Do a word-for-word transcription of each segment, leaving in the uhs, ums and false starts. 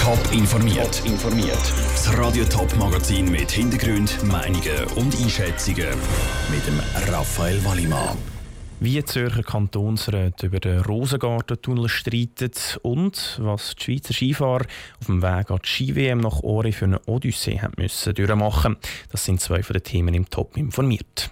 Top informiert. Top informiert. Das Radio Top Magazin mit Hintergrund, Meinungen und Einschätzungen mit dem Raphael Wallimann. Wie die Zürcher Kantonsräte über den Rosengartentunnel streiten und was die Schweizer Skifahrer auf dem Weg an die Ski-W M nach Ori für eine Odyssee haben müssen durchmachen. Das sind zwei von den Themen im Top informiert.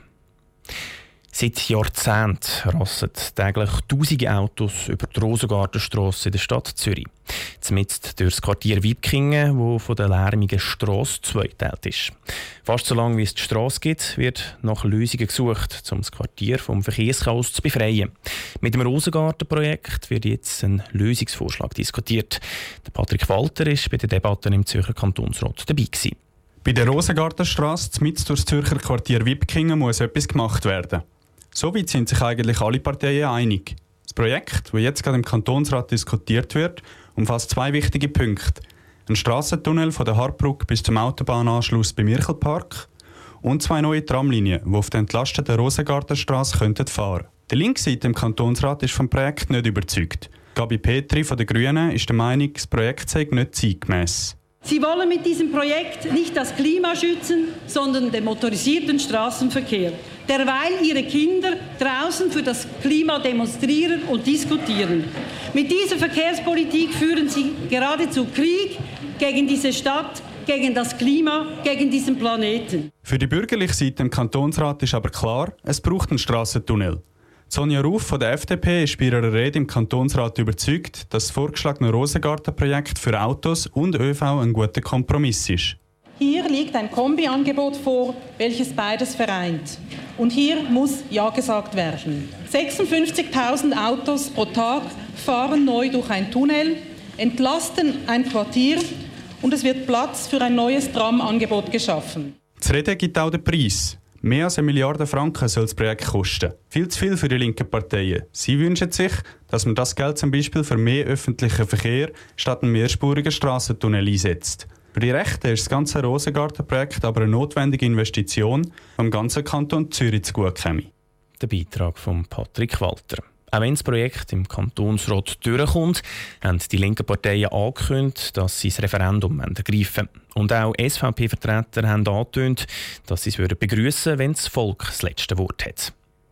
Seit Jahrzehnten rassen täglich tausende Autos über die Rosengartenstrasse in der Stadt Zürich. Zumindest durch das Quartier Wipkingen, das von der lärmigen Strasse zweigeteilt ist. Fast so lange wie es die Strasse gibt, wird nach Lösungen gesucht, um das Quartier vom Verkehrschaos zu befreien. Mit dem Rosengartenprojekt wird jetzt ein Lösungsvorschlag diskutiert. Der Patrick Walter war bei den Debatten im Zürcher Kantonsrat dabei gewesen. Bei der Rosengartenstrasse, mitten durch das Zürcher Quartier Wipkingen, muss etwas gemacht werden. Soweit sind sich eigentlich alle Parteien einig. Das Projekt, das jetzt gerade im Kantonsrat diskutiert wird, umfasst zwei wichtige Punkte. Ein Strassentunnel von der Hardbrücke bis zum Autobahnanschluss beim Mirchelpark und zwei neue Tramlinien, die auf der entlasteten Rosengartenstrasse fahren könnten. Die linke Seite im Kantonsrat ist vom Projekt nicht überzeugt. Gabi Petri von den Grünen ist der Meinung, das Projekt sei nicht zeitgemäss. Sie wollen mit diesem Projekt nicht das Klima schützen, sondern den motorisierten Straßenverkehr, derweil ihre Kinder draußen für das Klima demonstrieren und diskutieren. Mit dieser Verkehrspolitik führen sie geradezu Krieg gegen diese Stadt, gegen das Klima, gegen diesen Planeten. Für die bürgerliche Seite im Kantonsrat ist aber klar, es braucht einen Strassentunnel. Sonja Ruf von der F D P ist bei ihrer Rede im Kantonsrat überzeugt, dass das vorgeschlagene Rosengartenprojekt für Autos und ÖV ein guter Kompromiss ist. Hier liegt ein Kombiangebot vor, welches beides vereint. Und hier muss Ja gesagt werden. sechsundfünfzigtausend Autos pro Tag fahren neu durch ein Tunnel, entlasten ein Quartier und es wird Platz für ein neues Tramangebot geschaffen. Zu reden gibt auch der Preis. Mehr als eine Milliarde Franken soll das Projekt kosten. Viel zu viel für die linken Parteien. Sie wünschen sich, dass man das Geld zum Beispiel für mehr öffentlichen Verkehr statt einen mehrspurigen Strassentunnel einsetzt. Für die Rechten ist das ganze Rosengartenprojekt aber eine notwendige Investition, die dem ganzen Kanton Zürich zugutekäme. Der Beitrag von Patrick Walter. Auch wenn das Projekt im Kantonsrat durchkommt, haben die linken Parteien angekündigt, dass sie das Referendum ergreifen wollen. Und auch S V P-Vertreter haben angetönt, dass sie es begrüssen würden, wenn das Volk das letzte Wort hat.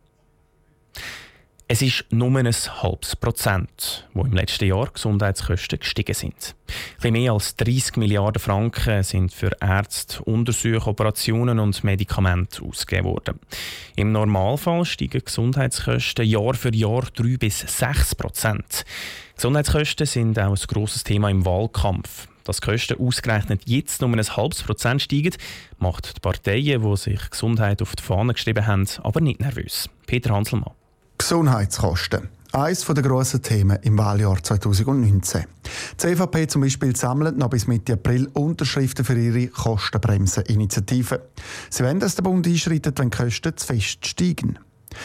Es ist nur ein halbes Prozent, wo im letzten Jahr Gesundheitskosten gestiegen sind. Ein bisschen mehr als dreissig Milliarden Franken sind für Ärzte, Untersuchungen, Operationen und Medikamente ausgegeben worden. Im Normalfall steigen Gesundheitskosten Jahr für Jahr drei bis sechs Prozent. Gesundheitskosten sind auch ein grosses Thema im Wahlkampf. Dass die Kosten ausgerechnet jetzt nur ein halbes Prozent steigen, macht die Parteien, die sich Gesundheit auf die Fahne geschrieben haben, aber nicht nervös. Peter Hanselmann. Gesundheitskosten. Eines der grossen Themen im Wahljahr zweitausendneunzehn. Die C V P zum Beispiel sammelt noch bis Mitte April Unterschriften für ihre Kostenbremsen-Initiative. Sie wollen, dass der Bund einschreitet, wenn die Kosten zu fest steigen.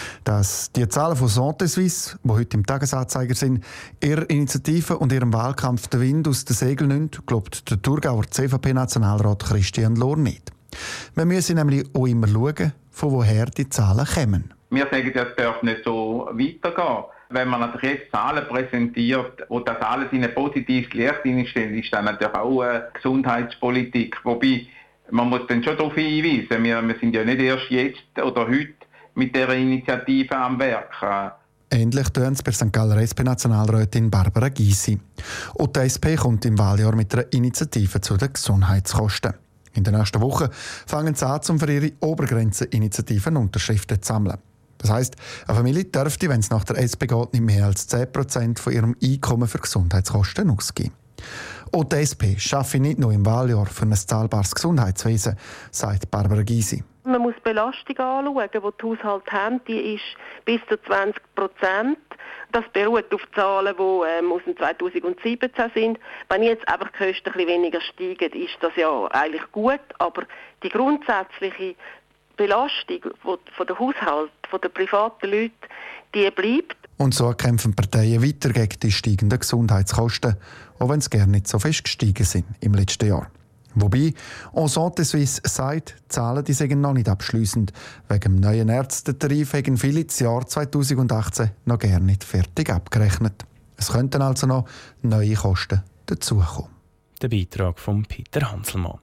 Dass die Zahlen von Santé Suisse, die heute im Tagesanzeiger sind, ihrer Initiative und ihrem Wahlkampf den Wind aus den Segeln nehmen, glaubt der Thurgauer C V P-Nationalrat Christian Lohr nicht. Wir müssen nämlich auch immer schauen, von woher die Zahlen kommen. Wir sagen, das darf nicht so weitergehen. Wenn man natürlich jetzt Zahlen präsentiert, wo das alles in ein positives Licht hineinstellt, ist dann natürlich auch eine Gesundheitspolitik. Wobei, man muss dann schon darauf hinweisen, wir, wir sind ja nicht erst jetzt oder heute mit dieser Initiative am Werk. Ähnlich tun es bei Sankt Galler S P-Nationalrätin Barbara Gysi. Und die S P kommt im Wahljahr mit einer Initiative zu den Gesundheitskosten. In der nächsten Woche fangen sie an, um für ihre Obergrenzen-Initiativen Unterschriften zu sammeln. Das heisst, eine Familie dürfte, wenn es nach der S P geht, nicht mehr als zehn Prozent von ihrem Einkommen für Gesundheitskosten ausgeben. Auch die S P schaffe nicht nur im Wahljahr für ein zahlbares Gesundheitswesen, sagt Barbara Gysi. Man muss die Belastung anschauen, die die Haushalte haben. Die ist bis zu zwanzig Prozent. Das beruht auf Zahlen, die ähm, aus dem zweitausendsiebzehn sind. Wenn jetzt einfach die Kosten ein bisschen weniger steigen, ist das ja eigentlich gut. Aber die grundsätzliche Belastung von der Haushalt, von den privaten Leuten, die bleibt. Und so kämpfen Parteien weiter gegen die steigenden Gesundheitskosten, auch wenn sie gerne nicht so fest gestiegen sind im letzten Jahr. Wobei, Santé Suisse sagt, die Zahlen die seien noch nicht abschliessend. Wegen dem neuen Ärztetarif haben viele das Jahr zweitausendachtzehn noch gar nicht fertig abgerechnet. Es könnten also noch neue Kosten dazukommen. Der Beitrag von Peter Hanselmann.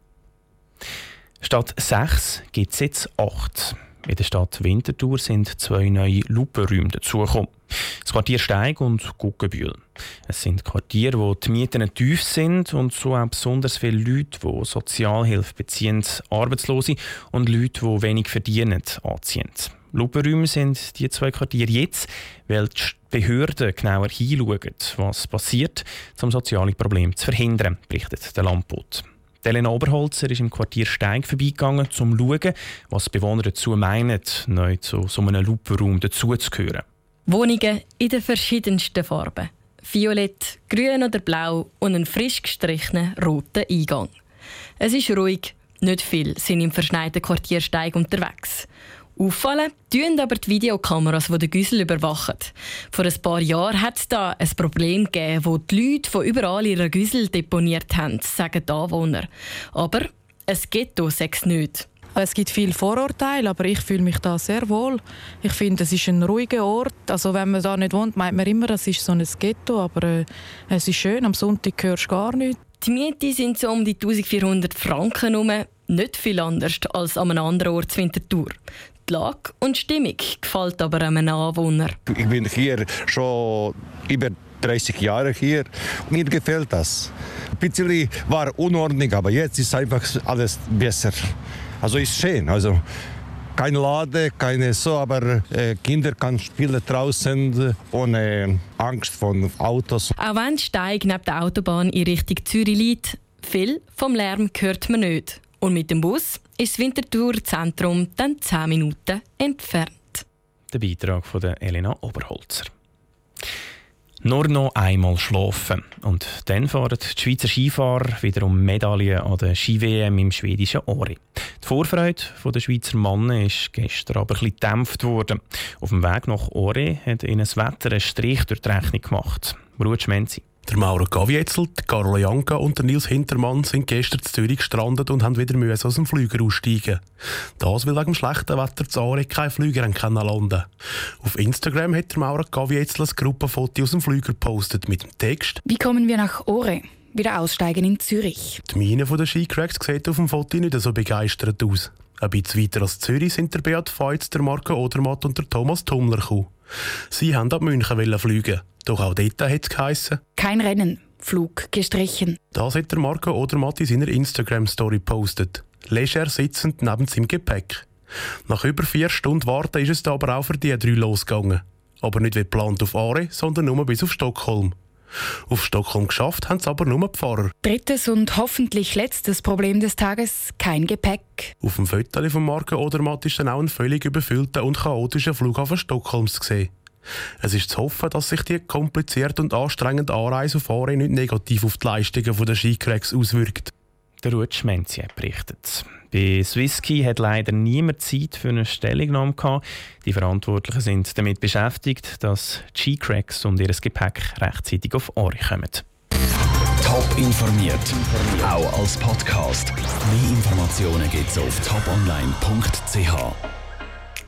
Statt sechs gibt es jetzt acht. In der Stadt Winterthur sind zwei neue Lupenräume dazugekommen. Das Quartier Steig und Guggenbühl. Es sind Quartiere, wo die Mieten tief sind und so auch besonders viele Leute, die Sozialhilfe beziehen, Arbeitslose und Leute, die wenig verdienen, anziehen. Lupenräume sind die zwei Quartiere jetzt, weil die Behörden genauer hinschauen, was passiert, um soziale Probleme zu verhindern, berichtet der Landbot. Elena Oberholzer ist im Quartier Steig vorbeigegangen, um zu schauen, was die Bewohner dazu meinen, neu zu so einem Lupenraum dazuzugehören. Wohnungen in den verschiedensten Farben. Violett, grün oder blau und einen frisch gestrichenen roten Eingang. Es ist ruhig, nicht viele sind im verschneiten Quartier Steig unterwegs. Auffallen tun aber die Videokameras, die den Güssel überwachen. Vor ein paar Jahren hat es da ein Problem gegeben, wo die Leute von überall ihre Güssel deponiert haben, sagen die Anwohner. Aber ein Ghetto sagt es nicht. Es gibt viele Vorurteile, aber ich fühle mich da sehr wohl. Ich finde, es ist ein ruhiger Ort. Also wenn man da nicht wohnt, meint man immer, es ist so ein Ghetto. Aber äh, es ist schön, am Sonntag hörst du gar nichts. Die Miete sind so um die eintausendvierhundert Franken herum, nicht viel anders als an einem anderen Ort in Winterthur. Die Lage und die Stimmung gefällt aber einem Anwohner. Ich bin hier schon über dreißig Jahre hier. Mir gefällt das. Ein bisschen war Unordnung, aber jetzt ist einfach alles besser. Also ist schön. Also kein Laden, keine so, aber äh, Kinder können spielen draußen ohne Angst vor Autos. Auch wenn Steig neben der Autobahn in Richtung Zürich liegt, viel vom Lärm hört man nicht. Und mit dem Bus ist das Winterthur Zentrum dann zehn Minuten entfernt. Der Beitrag von der Elena Oberholzer. Nur noch einmal schlafen. Und dann fahren die Schweizer Skifahrer wieder um Medaillen an der Ski-W M im schwedischen Åre. Die Vorfreude der Schweizer Männer ist gestern aber ein bisschen gedämpft worden. Auf dem Weg nach Åre hat ihnen das Wetter einen Strich durch die Rechnung gemacht. Ruhe Schmenzi. Der Mauro Gavietzel, Carola Janka und der Nils Hintermann sind gestern in Zürich gestrandet und haben wieder müssen aus dem Flüger aussteigen. Das, weil wegen dem schlechten Wetter zu Åre keine Flüger landen konnten. Auf Instagram hat der Mauro Gavietzel ein Gruppenfoto aus dem Flüger gepostet mit dem Text: Wie kommen wir nach Åre? Wieder aussteigen in Zürich. Die Miene der Skicracks sieht auf dem Foto nicht so begeistert aus. Ein bisschen weiter als Zürich sind der Beat Feutz, der Marco Odermatt und der Thomas Tummler gekommen. Sie wollten ab München fliegen. Doch auch dort hat es geheissen: Kein Rennen, Flug gestrichen. Das hat der Marco Odermatt in seiner Instagram-Story gepostet. Leger sitzend neben seinem Gepäck. Nach über vier Stunden Warten ist es da aber auch für die drei losgegangen. Aber nicht wie geplant auf Åre, sondern nur bis auf Stockholm. Auf Stockholm geschafft haben es aber nur die Fahrer. Drittes und hoffentlich letztes Problem des Tages: kein Gepäck. Auf dem Foto von Marco Odermatt ist dann auch ein völlig überfüllter und chaotischer Flughafen Stockholms zu sehen. Es ist zu hoffen, dass sich die komplizierte und anstrengende Anreise auf Åre nicht negativ auf die Leistungen der Skicracks auswirkt. Der Ruud Schmenzi hat berichtet. Bei Swisski hat leider niemand Zeit für eine Stellungnahme gehabt. Die Verantwortlichen sind damit beschäftigt, dass die Skicracks und ihr Gepäck rechtzeitig auf Åre kommen. Top informiert, auch als Podcast. Mehr Informationen gibt es auf top online punkt c h.